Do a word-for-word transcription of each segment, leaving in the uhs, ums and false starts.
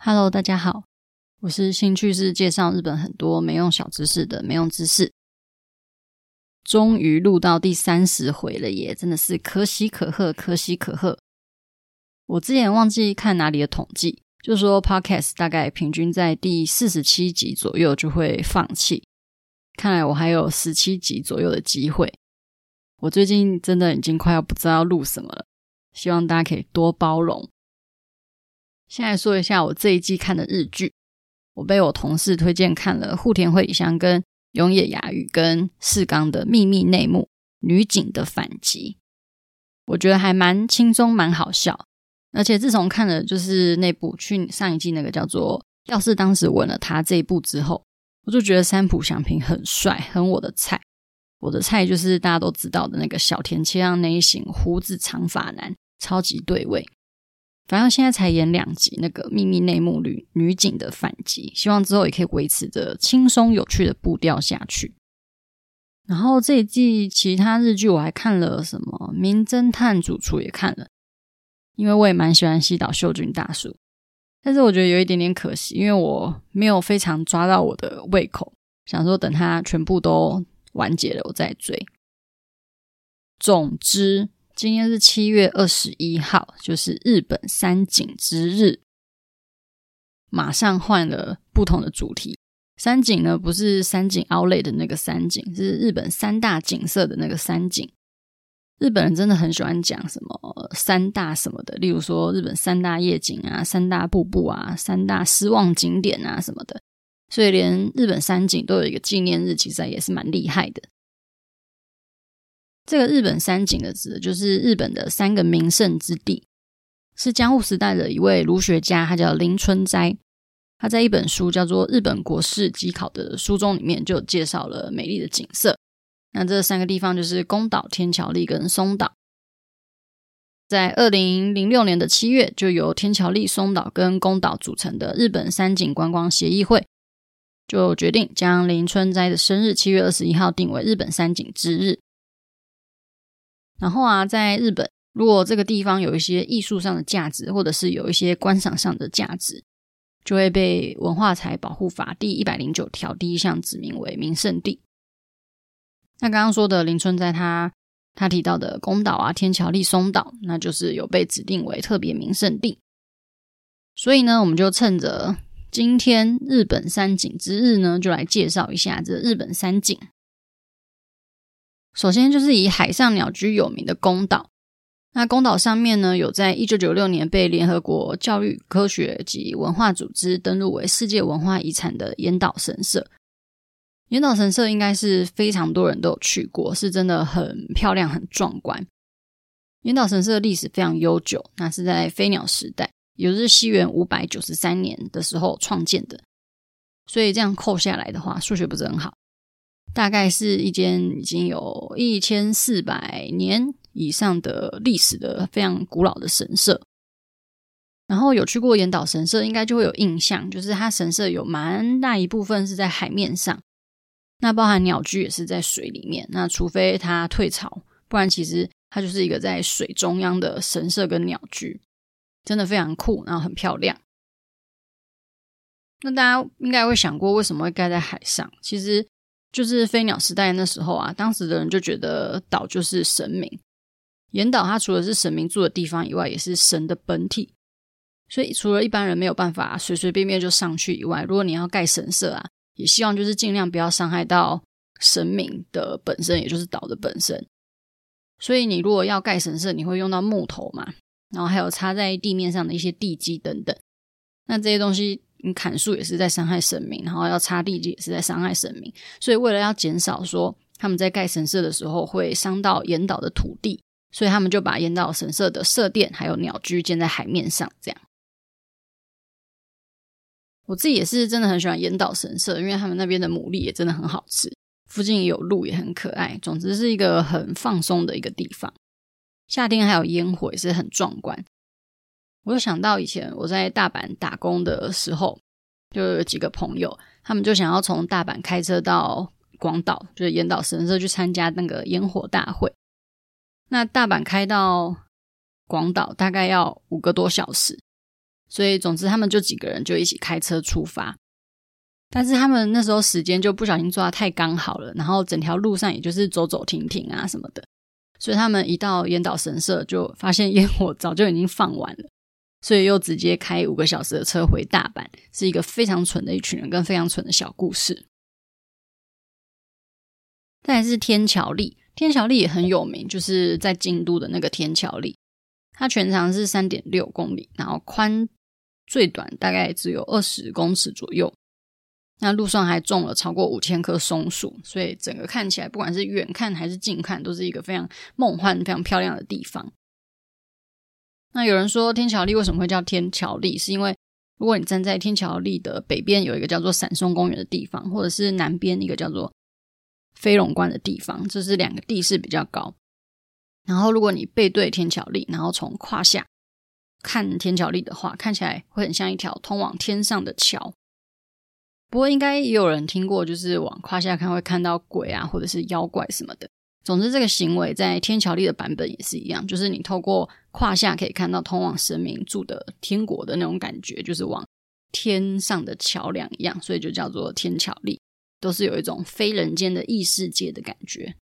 Hello， 大家好，我是兴趣是介绍日本很多没用小知识的没用知识。终于录到第三十回了耶，真的是可喜可贺，可喜可贺。我之前忘记看哪里的统计，就是说 Podcast 大概平均在第四十七集左右就会放弃，看来我还有十七集左右的机会。我最近真的已经快要不知道要录什么了，希望大家可以多包容。现在说一下我这一季看的日剧，我被我同事推荐看了户田惠里香跟永野芽郁跟世刚的秘密内幕女警的反击，我觉得还蛮轻松蛮好笑，而且自从看了就是那部去上一季那个叫做要是当时吻了他这一部之后，我就觉得三浦翔平很帅，很我的菜。我的菜就是大家都知道的那个小田切让那一型胡子长发男，超级对味。反正现在才演两集那个秘密内幕女女警的反击，希望之后也可以维持着轻松有趣的步调下去。然后这一季其他日剧我还看了什么名侦探主厨也看了，因为我也蛮喜欢西岛秀俊大叔，但是我觉得有一点点可惜，因为我没有非常抓到我的胃口，想说等他全部都完结了我再追。总之今天是七月二十一号，就是日本三景之日，马上换了不同的主题。三景呢，不是三景 Outlet 的那个三景，是日本三大景色的那个三景。日本人真的很喜欢讲什么三大什么的，例如说日本三大夜景啊、三大瀑布啊、三大失望景点啊什么的，所以连日本三景都有一个纪念日，其实也是蛮厉害的。这个日本三景的指的就是日本的三个名胜之地，是江户时代的一位儒学家，他叫林春斋。他在一本书叫做《日本国事基考》的书中里面就介绍了美丽的景色。那这三个地方就是宫岛、天桥立跟松岛。在二零零六年的七月，就由天桥立、松岛跟宫岛组成的日本三景观光协议会就决定将林春斋的生日七月二十一号定为日本三景之日。然后啊，在日本如果这个地方有一些艺术上的价值，或者是有一些观赏上的价值，就会被文化财保护法第一百零九条第一项指明为名胜地。那刚刚说的林春斋他他提到的宫岛啊、天桥立、松岛，那就是有被指定为特别名胜地。所以呢，我们就趁着今天日本三景之日呢，就来介绍一下这日本三景。首先就是以海上鸟居有名的宫岛，那宫岛上面呢，有在一九九六年被联合国教育科学及文化组织登录为世界文化遗产的岩岛神社。岩岛神社应该是非常多人都有去过，是真的很漂亮很壮观。岩岛神社的历史非常悠久，那是在飞鸟时代，也就是西元五百九十三年的时候创建的，所以这样扣下来的话，数学不是很好，大概是一间已经有一千四百年以上的历史的非常古老的神社。然后有去过岩岛神社应该就会有印象，就是它神社有蛮大一部分是在海面上，那包含鸟居也是在水里面，那除非它退潮，不然其实它就是一个在水中央的神社跟鸟居，真的非常酷，然后很漂亮。那大家应该会想过为什么会盖在海上，其实就是飞鸟时代那时候啊，当时的人就觉得岛就是神明，岩岛它除了是神明住的地方以外，也是神的本体，所以除了一般人没有办法随随便便就上去以外，如果你要盖神社啊，也希望就是尽量不要伤害到神明的本身，也就是岛的本身。所以你如果要盖神社，你会用到木头嘛，然后还有插在地面上的一些地基等等，那这些东西你砍树也是在伤害神明，然后要插地基也是在伤害神明，所以为了要减少说他们在盖神社的时候会伤到岩岛的土地，所以他们就把岩岛神社的社殿还有鸟居建在海面上。这样我自己也是真的很喜欢岩岛神社，因为他们那边的牡蛎也真的很好吃，附近也有鹿也很可爱，总之是一个很放松的一个地方。夏天还有烟火也是很壮观。我就想到以前我在大阪打工的时候，就有几个朋友，他们就想要从大阪开车到广岛，就是岩岛神社去参加那个烟火大会。那大阪开到广岛大概要五个多小时， 所以总之他们就几个人就一起开车出发。但是他们那时候时间就不小心抓得太刚好了，然后整条路上也就是走走停停啊什么的，所以他们一到岩岛神社就发现烟火早就已经放完了，所以又直接开五个小时的车回大阪，是一个非常蠢的一群人跟非常蠢的小故事。再来是天桥立，天桥立也很有名，就是在京都的那个天桥立，它全长是 三点六公里，然后宽最短大概只有二十公尺左右，那路上还种了超过五千棵松树，所以整个看起来不管是远看还是近看都是一个非常梦幻非常漂亮的地方。那有人说天桥立为什么会叫天桥立，是因为如果你站在天桥立的北边有一个叫做伞松公园的地方，或者是南边一个叫做飞龙关的地方，这是两个地势比较高，然后如果你背对天桥立，然后从胯下看天桥立的话，看起来会很像一条通往天上的桥。不过应该也有人听过，就是往胯下看会看到鬼啊或者是妖怪什么的。总之这个行为在天桥立的版本也是一样，就是你透过胯下可以看到通往神明住的天国的那种感觉，就是往天上的桥梁一样，所以就叫做天桥立，都是有一种非人间的异世界的感觉。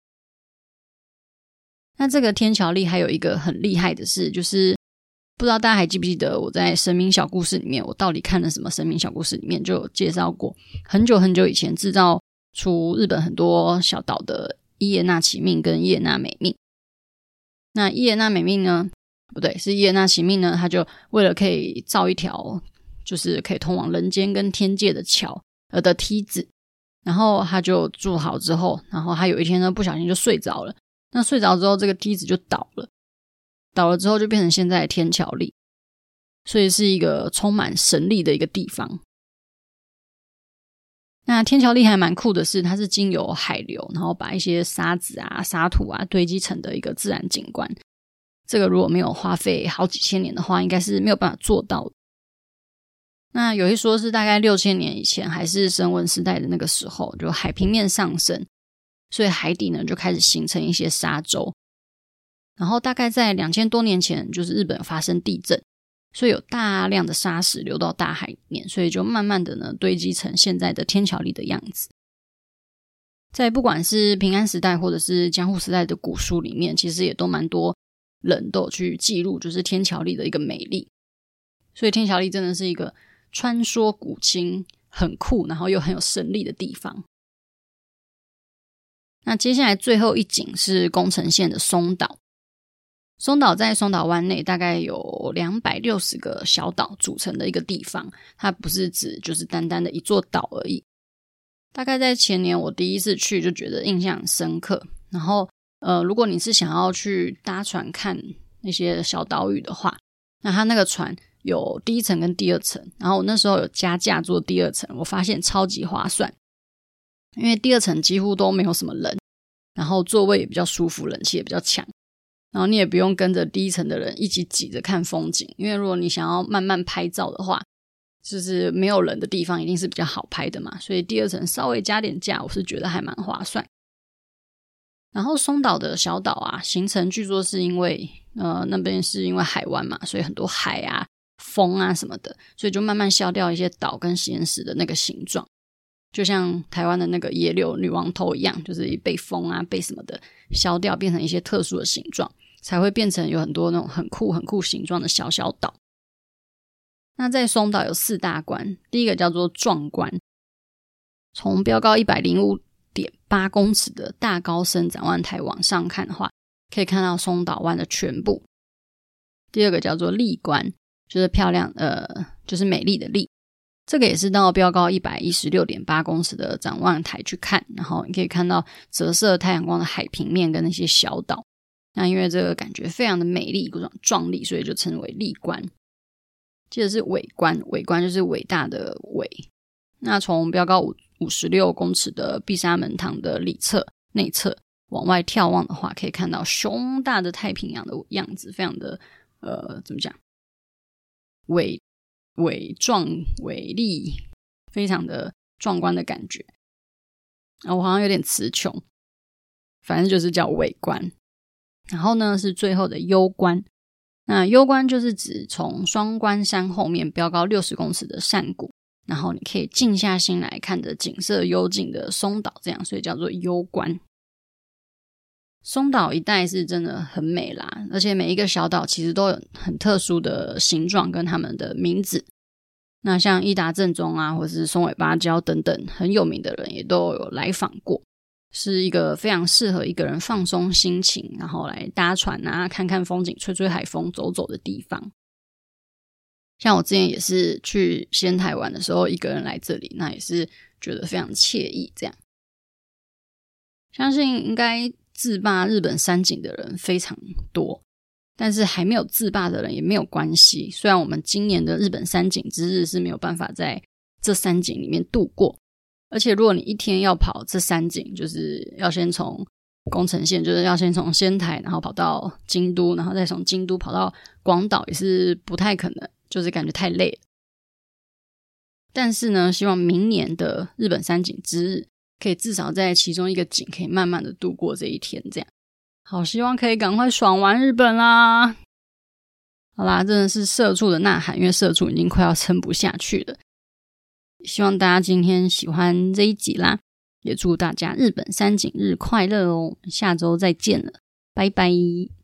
那这个天桥立还有一个很厉害的事，就是不知道大家还记不记得我在神明小故事里面，我到底看了什么神明小故事里面就有介绍过，很久很久以前制造出日本很多小岛的伊邪那岐命跟伊邪那美命。那伊邪那美命呢，不对，是伊邪那岐命呢，他就为了可以造一条就是可以通往人间跟天界的桥呃的梯子，然后他就筑好之后，然后他有一天呢不小心就睡着了，那睡着之后这个梯子就倒了，倒了之后就变成现在的天桥立，所以是一个充满神力的一个地方。那天桥立还蛮酷的是，它是经由海流，然后把一些沙子啊沙土啊堆积成的一个自然景观，这个如果没有花费好几千年的话应该是没有办法做到的。那有一说是大概六千年以前还是绳文时代的那个时候，就海平面上升，所以海底呢就开始形成一些沙洲，然后大概在两千多年前就是日本发生地震，所以有大量的沙石流到大海里面，所以就慢慢的呢堆积成现在的天桥立的样子。在不管是平安时代或者是江户时代的古书里面，其实也都蛮多人都有去记录就是天桥立的一个美丽，所以天桥立真的是一个穿梭古今很酷然后又很有神力的地方。那接下来最后一景是宫城县的松岛。松岛在松岛湾内大概有两百六十个小岛组成的一个地方，它不是指就是单单的一座岛而已。大概在前年我第一次去就觉得印象很深刻，然后呃，如果你是想要去搭船看那些小岛屿的话，那它那个船有第一层跟第二层，然后我那时候有加价坐第二层，我发现超级划算，因为第二层几乎都没有什么人，然后座位也比较舒服，冷气也比较强，然后你也不用跟着第一层的人一起挤着看风景，因为如果你想要慢慢拍照的话，就是没有人的地方一定是比较好拍的嘛，所以第二层稍微加点价我是觉得还蛮划算。然后松岛的小岛啊，形成据说是因为呃那边是因为海湾嘛，所以很多海啊风啊什么的，所以就慢慢消掉一些岛跟岩石的那个形状，就像台湾的那个野柳女王头一样，就是被风啊被什么的消掉，变成一些特殊的形状，才会变成有很多那种很酷很酷形状的小小岛。那在松岛有四大关，第一个叫做壮关，从标高 一百零五点八公尺的大高升展望台往上看的话，可以看到松岛湾的全部。第二个叫做丽关，就是漂亮呃，就是美丽的丽，这个也是到标高 一百一十六点八公尺的展望台去看，然后你可以看到折射太阳光的海平面跟那些小岛，那因为这个感觉非常的美丽壮丽，所以就称为丽关。接着是伟关，伟关就是伟大的伟，那从标高五十六公尺的碧沙门堂的里侧内侧往外眺望的话，可以看到雄大的太平洋的样子，非常的呃怎么讲伟伟壮伟丽，非常的壮观的感觉啊，我好像有点词穷，反正就是叫伟关。然后呢是最后的幽关， 那幽关就是指从双关山后面标高六十公尺的山谷，然后你可以静下心来看着景色幽静的松岛，这样所以叫做幽关。松岛一带是真的很美啦，而且每一个小岛其实都有很特殊的形状跟他们的名字。那像伊达正宗啊，或是松尾芭蕉等等很有名的人也都有来访过，是一个非常适合一个人放松心情，然后来搭船啊，看看风景，吹吹海风，走走的地方。像我之前也是去仙台玩的时候，一个人来这里，那也是觉得非常惬意这样。相信应该自霸日本山景的人非常多，但是还没有自霸的人也没有关系，虽然我们今年的日本山景之日是没有办法在这山景里面度过，而且如果你一天要跑这山景，就是要先从宫城县，就是要先从仙台然后跑到京都，然后再从京都跑到广岛，也是不太可能，就是感觉太累了。但是呢，希望明年的日本山景之日可以至少在其中一个景可以慢慢的度过这一天这样。好希望可以赶快爽完日本啦。好啦，真的是社畜的呐喊，因为社畜已经快要撑不下去了。希望大家今天喜欢这一集啦，也祝大家日本山景日快乐哦，下周再见了，拜拜。